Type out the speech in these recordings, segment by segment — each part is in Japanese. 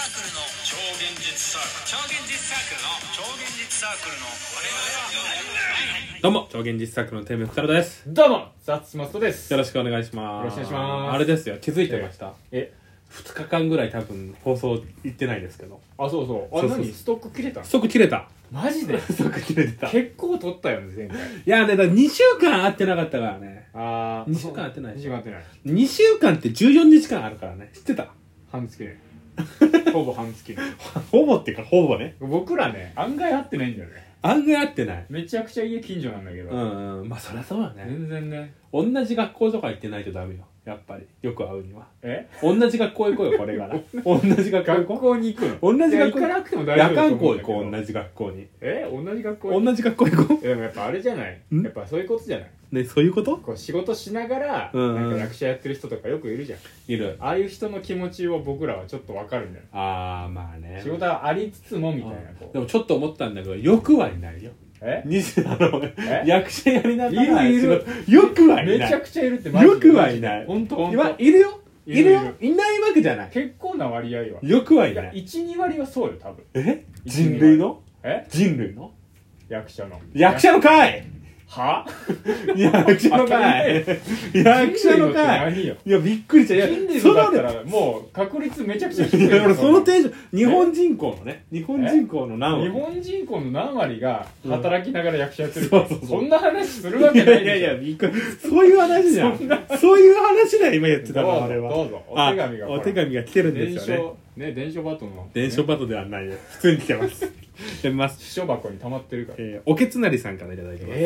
ークルの超現実サークルの我々はどうも超現実サークルのテーマふたろです。 どうもザッツマストです。 よろしくお願いします。 よろしくお願いします。 あれですよ、気づいてました。 2 日間ぐらい多分放送行ってないですけど、 あ、そうそう。あ、 そうそう何ストック切れた？ ストック切れた。 マジでストック切れてた。い結構取ったよね、前回。 やね、だから2週間会ってなかったからね。 あー、 2週間会ってない 2週間会ってない。 2週間って14日間あるからね。知ってた？ 半月ね。ほぼ半月ね。 ほぼっていうかほぼね。 僕らね、案外会ってないんだよね。 案外会ってない。 めちゃくちゃ家近所なんだけど。 うんうん。まあそりゃそうだね。 全然ね。 同じ学校とか行ってないとダメよ。やっぱり。よく会うには。 え？ 同じ学校行こうよ、これから。同じ学校行学こ校に行くの？ う。同じ学校いや行かなくても夜大丈夫だ間校と思うんだけど。 行こう、同じ学校に。 同じ学校同じ学校行こでもやっぱあれじゃない？ んやっぱそういうことじゃない？ う。ね、そういうことこう仕事しながら、 うんうんなんか役者やってる人とかよくいるじゃん。 いる。 ああいう人の気持ちを僕らはちょっと分かるんだよ。 あー、まあね。 仕事はありつつもみたいなこう。 でもちょっと思ったんだけど、よくはいないよ。役者やりながらいるよくはいない。 めちゃくちゃいるってマジで。 よくはいない。 ほんとほん今と。 いるよ。 いるいるよ。いないわけじゃない。 結構な割合は。 よくはいや、 ない。 1、2割はそうよ、多分。 人類の人類の役者の。 役者の会は役者の会役者の会何よ。 いや、びっくりした。いや、 人類そののだったらもう確率めちゃくちゃ低いよ。 いや俺そのテンション、日本人口のね、日本人口の何割。 日本人口の何割が働きながら役者やってるか、 そうそうそうそんな話するわけないでしょ。 いやいや、びっくり。そういう話じゃん。そういう話だよ、今言ってたの、あれは。 どうぞお手紙があお手紙が来てるんですよね。 伝書バトの伝書バトではないよ。普通に来てます。来てます。 秘書箱に溜まってるから。 おけつなりさんからいただいてます。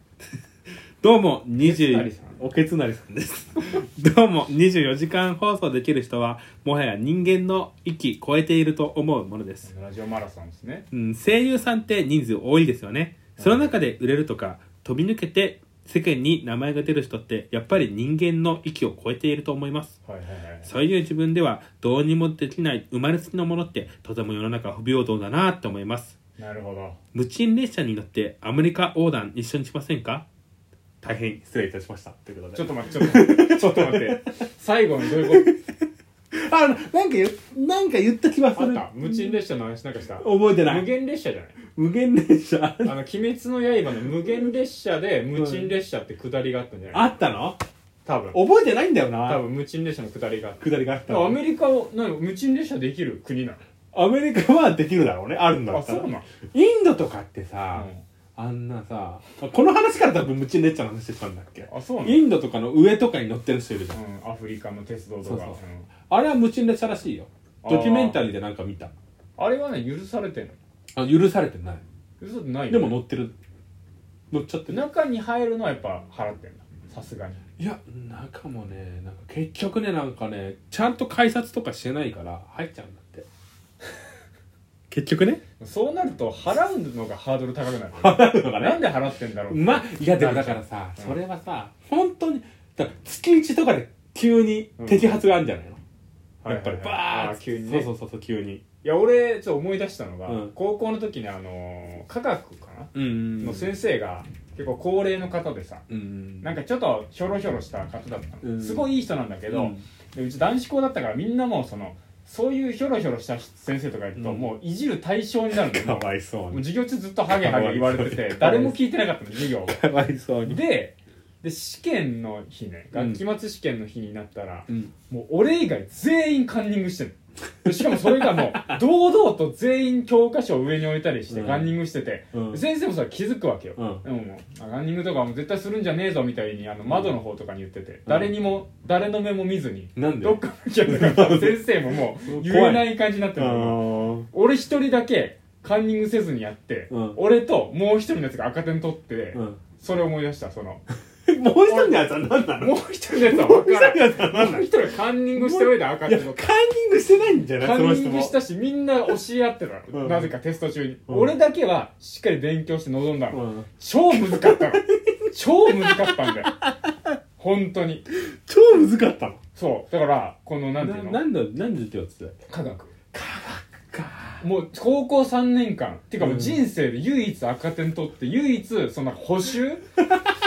どうも、おけつなりさんです。どうも、24時間放送できる人は、もはや人間の域超えていると思うものです。 ラジオマラソンですね。 声優さんって人数多いですよね。その中で売れるとか、飛び抜けて世間に名前が出る人って、やっぱり人間の域を超えていると思います。 はいはいはい。 そういう自分ではどうにもできない生まれつきのものって、とても世の中不平等だなって思います。 なるほど。 無賃列車に乗ってアメリカ横断一緒にしませんか？大変失礼いたしましたということで。 ちょっと待って。最後にどういうこなんか言った気はする。 とあった？無賃列車の話なんかした？ 覚えてない。 無限列車じゃない？ 無限列車鬼滅の刃の無限列車で無賃列車って下りがあったんじゃない？ あったの？ 多分覚えてないんだよな。 多分無賃列車の下りがあった。 下りがあったの。 アメリカを無賃列車できる国なの？ アメリカはできるだろうね。あるんだあ、 ったら。 そうなの？ インドとかってさ、あんなさ、この話から多分無賃列車の話したんだっけ？ あ、そうなの？ インドとかの上とかに乗ってる人いるじゃん。 アフリカの鉄道とか。 そうそうあれは無賃列車らしいよ。ドキュメンタリーでなんか見た。 あれはね、許されてんの？ 許されてない。 許されてないよ。 でも乗ってる。乗っちゃってる。 中に入るのはやっぱ払ってんだ、さすがに。 いや、中もね、なんか結局ね、なんかね、ちゃんと改札とかしてないから入っちゃうんだって。結局ね。 そうなると払うのがハードル高くなる。 払うのがね。 なんで払ってんだろう。 いやでもだからさ、それはさ、本当に、だから月1とかで急に摘発があるんじゃないの？やっぱりバーッ急にね。 そう急に。 いや、俺ちょっと思い出したのが、 うん高校の時に科学かな、の先生が結構高齢の方でさ、なんかちょっとひょろひょろした方だったの、すごいいい人なんだけど、うち男子校だったからみんなもうそういうひょろひょろした先生とかいると、もういじる対象になるの。 かわいそうに。 もう授業中ずっとハゲハゲ言われてて、誰も聞いてなかったの、授業を。 かわいそうに。 で試験の日ね、学期末試験の日になったら、 うんもう俺以外全員カンニングしてるの。しかもそれがもう堂々と全員教科書を上に置いたりしてカンニングしてて、先生もそれ気づくわけよ、でももうカンニングとかも絶対するんじゃねえぞみたいに窓の方とかに言ってて、誰の目も見ずになんでどっか向き合ってから先生ももう言えない感じになってるの。俺一人だけカンニングせずにやって、俺ともう一人のやつが赤点取って、それを思い出した。 もう一人のやつは何なの？ もう一人のやつは分からん。 もう一人のやつは何なの？ もう一人はカンニングした上で赤点取って。 カンニングしてないんじゃない？ カンニングしたし、みんな教え合ってたの、なぜかテスト中に、俺だけはしっかり勉強して臨んだの、超難かったの。超難かったんだよ。本当に。 超難かったの。 そう。だから、なんていうの？ なんでってやつだよ。 科学か。 もう高校3年間っていうかもう人生で唯一赤点取って、唯一補習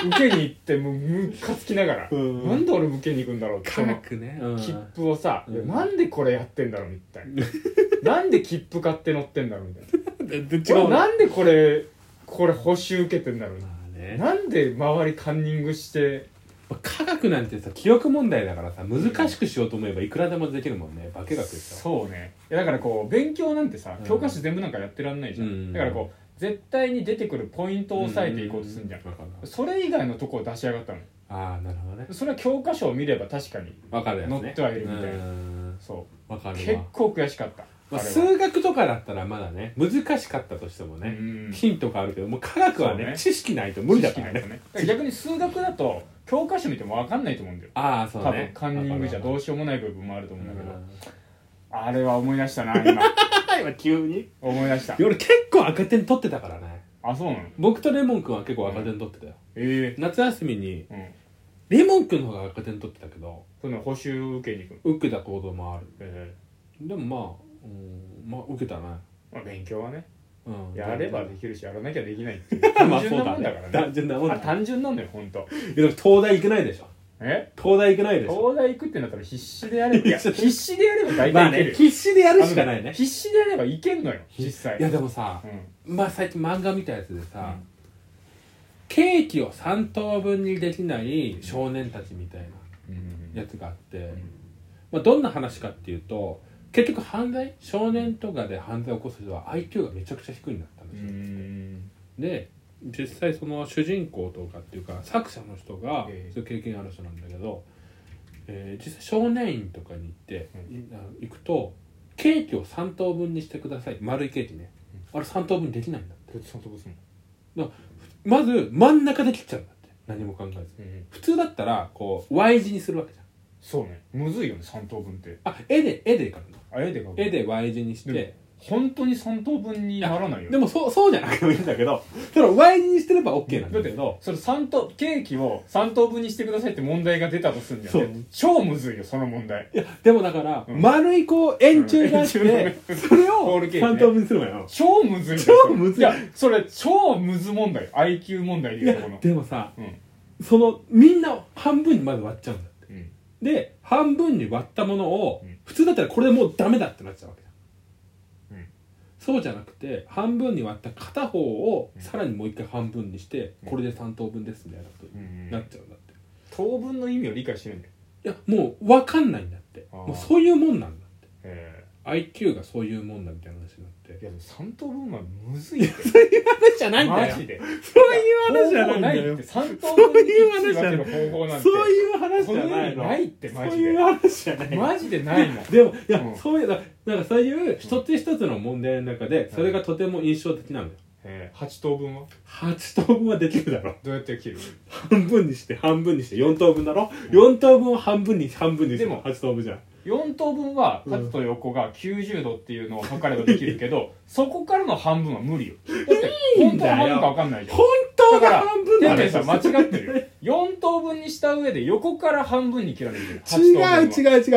受けに行ってもうムカつきながら、なんで俺受けに行くんだろうって科学ね、 切符をさ、なんでこれやってんだろうみたいななんで切符買って乗ってんだろうみたいななんでこれ補修受けてんだろう、なんで周りカンニングして科学なんてさ記憶問題だからさ難しくしようと思えばいくらでもできるもんね、化学でさ。 そうね。だからこう勉強なんてさ、教科書全部なんかやってらんないじゃん、だからこう絶対に出てくるポイントを押さえていこうとするんじゃん、それ以外のとこを出し上がったの。 ああなるほどね。 それは教科書を見れば確かに分かるやつね、 載ってはいるみたいな。そう分かるわ。 結構悔しかった。 数学とかだったらまだね難しかったとしてもね、ヒントがあるけど、もう科学はね知識ないと無理だからね。 逆に数学だと教科書見ても分かんないと思うんだよ。 ああそうね。 多分カンニングじゃどうしようもない部分もあると思うんだけど、あれは思い出したな今今急に思い出した。 俺結構赤点取ってたからね。 あ、そうなの。 僕とレモン君は結構赤点取ってたよ、夏休みに、レモン君の方が赤点取ってたけど、 その補習受けに行く受けたこともある、でもまあ受けたな。 勉強はね、やればできるしやらなきゃできないっていう単純なもんだからね。 単純なもんだ。 単純なんだよ本当。 でも東大行けないでしょ。東大行けないでしょ。 東大行くってなったら必死でやれば必死でやれば大体いけるよ。 必死でやるしかないね。 必死でやればいけんのよ実際。 いやでもさ、まあ最近漫画見たやつでさ、ケーキを3等分にできない少年たちみたいなやつがあって、まあどんな話かっていうと、結局少年とかで犯罪を起こす人は IQ がめちゃくちゃ低いんだったんですよ。で実際その主人公とかっていうか作者の人がそういう経験ある人なんだけど、実際少年院とかに行って行くとケーキを3等分にしてください、丸いケーキね、あれ3等分にできないんだって。 3等分するのまず真ん中で切っちゃうんだって、何も考えず、普通だったらこう Y 字にするわけじゃん。 そうね、むずいよね3等分って。 絵で描くの。 絵で Y 字にして本当に3等分にならないよ。 でもそうじゃなくてもいいんだけど、それを Y 字にしてれば OK なんだけど、 それケーキを3等分にしてくださいって問題が出たとするんだよね。超むずいよその問題。 いやでもだから丸いこう円柱があって、それを3等分にするのよ。 超むずい。 超むずい。いやそれ超むず問題、 IQ 問題でいうとこの。 でもさ、そのみんな半分にまず割っちゃうんだって、で半分に割ったものを、普通だったらこれでもうダメだってなっちゃうわけじゃん。そうじゃなくて半分に割った片方をさらにもう一回半分にして、これで3等分ですみたいなことになっちゃうんだって。 等分の意味を理解してるんだよ。 いやもう分かんないんだって。もうそういうもんなんだって。IQ がそういうもんだみたいな話になって。 いやでも3等分はむずいって。 そういう話じゃないんだよ。 マジでそういう話じゃないんだよ。 3等分に切るわけの方法なんてそういう話じゃないの。 ないってマジで。 そういう話じゃない。 マジでないもん。 でもいや、そういうなんかそういう一つ一つの問題の中でそれがとても印象的なんだよ。 8等分は 8等分はできるだろ。 どうやって切る？ 半分にして4等分だろ。4等分を半分にしても8等分じゃん。 4等分は縦と横が90度っていうのを測ればできるけど、そこからの半分は無理よ。だって本当の半分か分かんないじゃん。 本当が半分だからさん間違ってるよ。4等分にした上で横から半分に切らなきゃいけない。 違う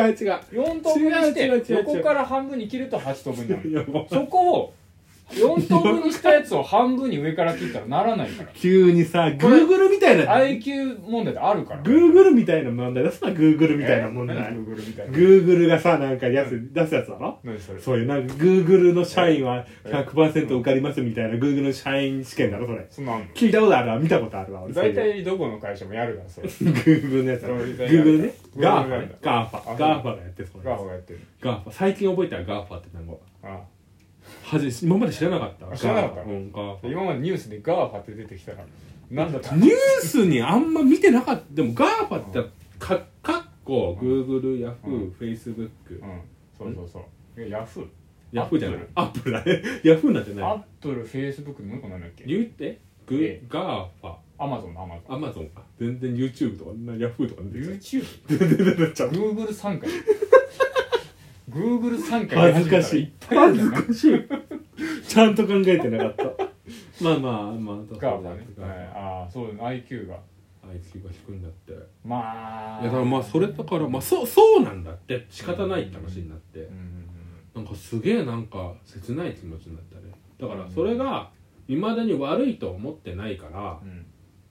4等分にして横から半分に切ると8等分になる。そこを4等分にしたやつを半分に上から切ったらならないから。 急にさ Google みたいな IQ 問題ってあるから。 Google みたいな問題出すな。 Google みたいな問題。Google がさなんか出すやつだろ。 何それ。 そういうなんか Google の社員は 100% 受かりますみたいな Google の社員試験だろそれ。 そんなの聞いたことあるわ。見たことあるわ。 大体どこの会社もやるからそれ。 Google のやつだろ。Google ね。GAFA がやってそれ。 GAFA がやってる。 GAFA 最近覚えたら GAFA って単語。 ああ今まで知らなかった。 知らなかった。今までニュースで GAFA って出てきたらなんだったニュースにあんま見てなかった。でも GAFA ってかっこ Google、Yahoo、Facebook。 そうヤフーじゃない。アップルだね。Yahoo なんてない。 アップル、Facebook のもう一個なんだっけ。 言ってGAFA。 Amazon か。全然 YouTube とか Yahoo とか出てきた。 YouTube 全然出ちゃう。 Google 参加。Google 参加恥ずかしい。ちゃんと考えてなかった。まあ GAFAね。ああそう IQ が低いんだって。 まあいやだからまあそれだからまあそうなんだって仕方ないって話になって、なんかすげえなんか切ない気持ちになったね。だからそれが未だに悪いと思ってないから、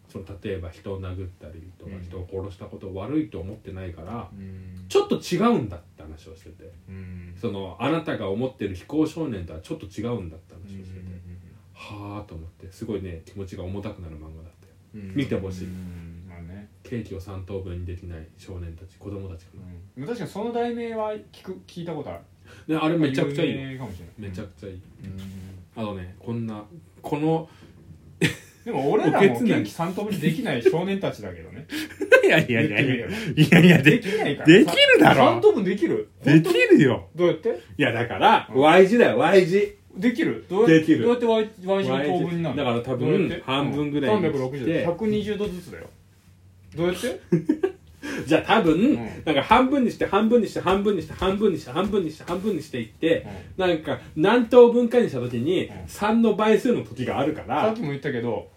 その例えば人を殴ったりとか人を殺したことを悪いと思ってないから、 うん、 ちょっと違うんだって話をしてて、 うん、 そのあなたが思ってる非行少年とはちょっと違うんだって話をしてて、はあと思ってすごいね気持ちが重たくなる漫画だったよ、うん、見てほしい、 まあね、 ケーキを3等分にできない少年たち子供たちかな、 確かにその題名は聞いたことある、 ね、あれめちゃくちゃいいよ、 有名かもしれない、 めちゃくちゃいい、あのねこのでも俺らもケーキ3等分にできない少年たちだけどねいやできないからできるだろ、 3等分できる、 できるよ、 どうやって、 いやだから、Y 字だよ Y 字できる、 どうやって Y 字の等分になるの、 だから多分半分ぐらいにして 360度ずつだよ、どうやってじゃあ多分、なんか半分にして半分にして半分にして半分にして半分にして半分にしていって、なんか何等分かにした時に3の倍数の時があるから、 さっきも言ったけど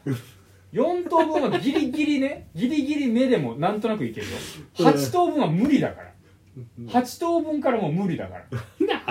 4等分はギリギリねギリギリ目でもなんとなくいけるよ、8等分は無理だから、8等分からもう無理だから、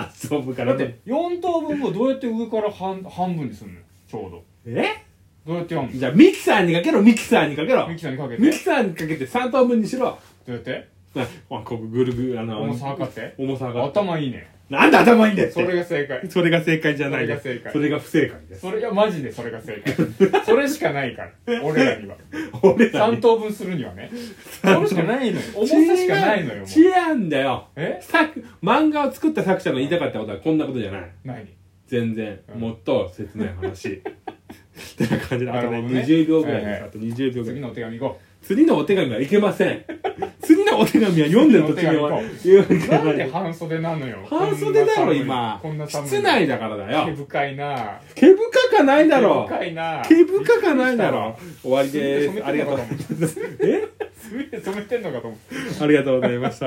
8等分からだって4等分をどうやって上から半分にするのよ、ちょうどどうやってやるの、 じゃあミキサーにかけろ、ミキサーにかけろ、 ミキサーにかけてミキサーにかけて3等分にしろ、 どうやって、 ここぐるぐる重さ測って、 重さ測って、 頭いいね、 なんで頭いいんだよ、 それが正解、 それが正解じゃないです、それが不正解です、 それいやマジでそれが正解それしかないから俺らには3等分するにはねそれしかないのよ、重さしかないのよ、もう違うんだよ、漫画を作った作者の言いたかったことはこんなことじゃない、 何全然、もっと切ない話ってな感じで、あとね20秒ぐらいです、あと20秒ぐらい、 次のお手紙行こう、 次のお手紙はいけません次のお手紙は読んでる途中になんで半袖なのよ、 半袖だろ今、室内だからだよ、 毛深いな、 毛深かないだろ、 毛深いな、 毛深かないだろ、終わりです、ありがとう染めてんのかと思ってありがとうございました。